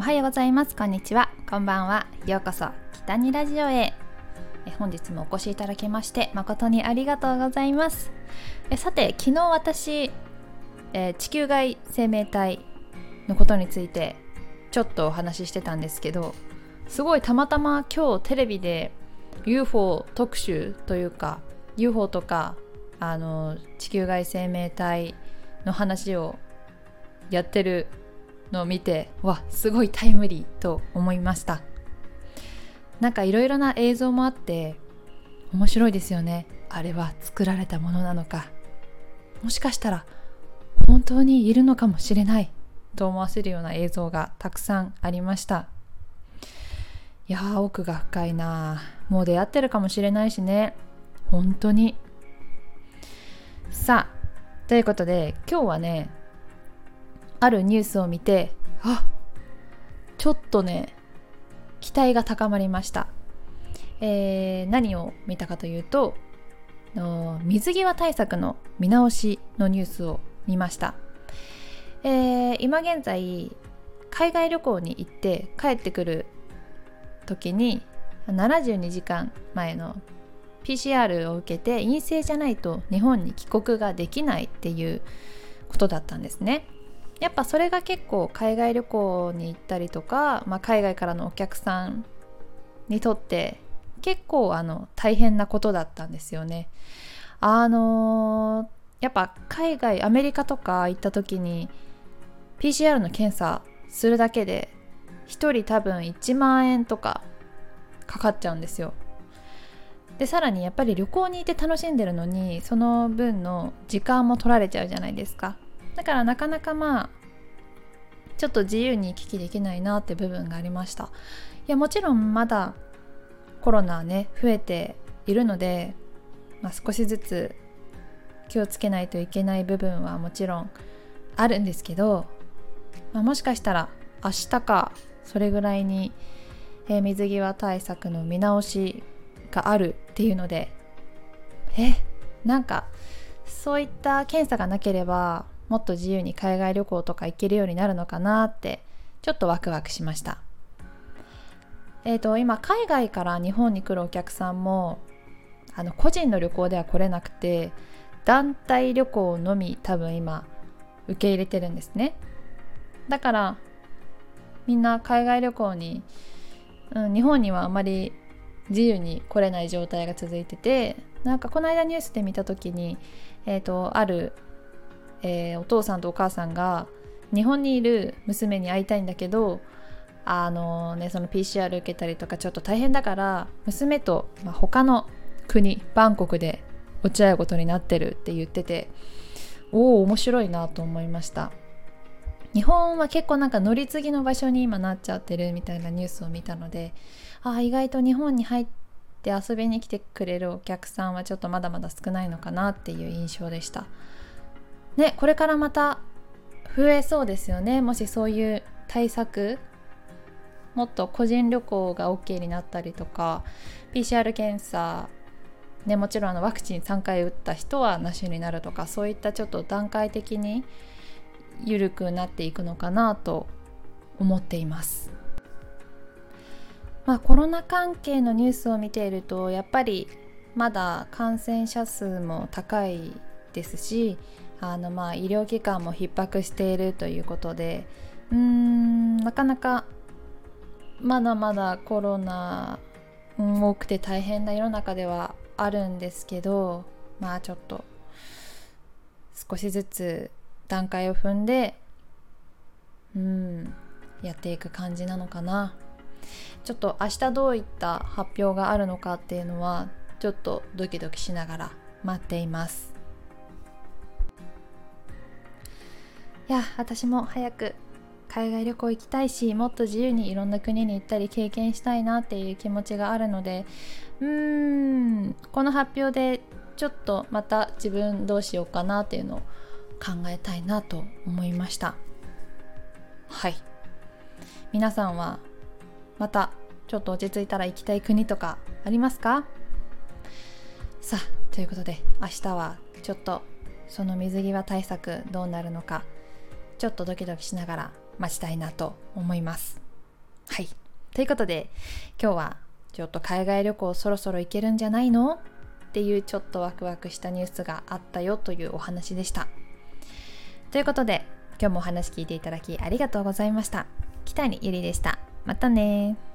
はようございます。こんにちは。こんばんは。ようこそ北にラジオへ。本日もお越しいただきまして誠にありがとうございます。さて、昨日私、地球外生命体のことについてちょっとお話ししてたんですけど、すごいたまたま今日テレビで UFO 特集というか UFO とか地球外生命体の話をやってるのを見て、すごいタイムリーと思いました。なんかいろいろな映像もあって面白いですよね。あれは作られたものなのか、もしかしたら本当にいるのかもしれないと思わせるような映像がたくさんありました。いやー、奥が深いな。もう出会ってるかもしれないしね、本当に。さあ、ということで今日はね、あるニュースを見て、ちょっとね期待が高まりました。何を見たかというと、水際対策の見直しのニュースを見ました。今現在海外旅行に行って帰ってくる時に72時間前の PCR を受けて陰性じゃないと日本に帰国ができないっていうことだったんですね。やっぱそれが結構海外旅行に行ったりとか、海外からのお客さんにとって結構大変なことだったんですよね。やっぱ海外アメリカとか行った時に PCR の検査するだけで1人多分1万円とかかかっちゃうんですよ。でさらにやっぱり旅行に行って楽しんでるのにその分の時間も取られちゃうじゃないですか。だからなかなかちょっと自由に行き来できないなって部分がありました。いや、もちろんまだコロナね増えているので、少しずつ気をつけないといけない部分はもちろんあるんですけど、もしかしたら明日かそれぐらいに、水際対策の見直しがあるっていうので、なんかそういった検査がなければもっと自由に海外旅行とか行けるようになるのかなってちょっとワクワクしました。今海外から日本に来るお客さんも個人の旅行では来れなくて団体旅行のみ多分今受け入れてるんですね。だからみんな海外旅行に、日本にはあまり自由に来れない状態が続いてて、なんかこの間ニュースで見た時に、あるお父さんとお母さんが日本にいる娘に会いたいんだけどその PCR 受けたりとかちょっと大変だから娘と、他の国バンコクで落ち合うことになってるって言ってて、面白いなと思いました。日本は結構なんか乗り継ぎの場所に今なっちゃってるみたいなニュースを見たので、意外と日本に入って遊びに来てくれるお客さんはちょっとまだまだ少ないのかなっていう印象でしたね。これからまた増えそうですよね。もしそういう対策、もっと個人旅行が OK になったりとか PCR 検査、もちろんワクチン3回打った人はなしになるとか、そういったちょっと段階的に緩くなっていくのかなと思っています。コロナ関係のニュースを見ているとやっぱりまだ感染者数も高いですし、医療機関も逼迫しているということで、なかなかまだまだコロナ多くて大変な世の中ではあるんですけど、ちょっと少しずつ段階を踏んでやっていく感じなのかな。ちょっと明日どういった発表があるのかっていうのはちょっとドキドキしながら待っています。いや、私も早く海外旅行行きたいし、もっと自由にいろんな国に行ったり経験したいなっていう気持ちがあるので、この発表でちょっとまた自分どうしようかなっていうのを考えたいなと思いました。はい、皆さんはまたちょっと落ち着いたら行きたい国とかありますか？さあ、ということで明日はちょっとその水際対策どうなるのかちょっとドキドキしながら待ちたいなと思います。 ということで今日はちょっと海外旅行そろそろ行けるんじゃないのっていうちょっとワクワクしたニュースがあったよというお話でした。ということで今日もお話聞いていただきありがとうございました。北にゆりでした。またね。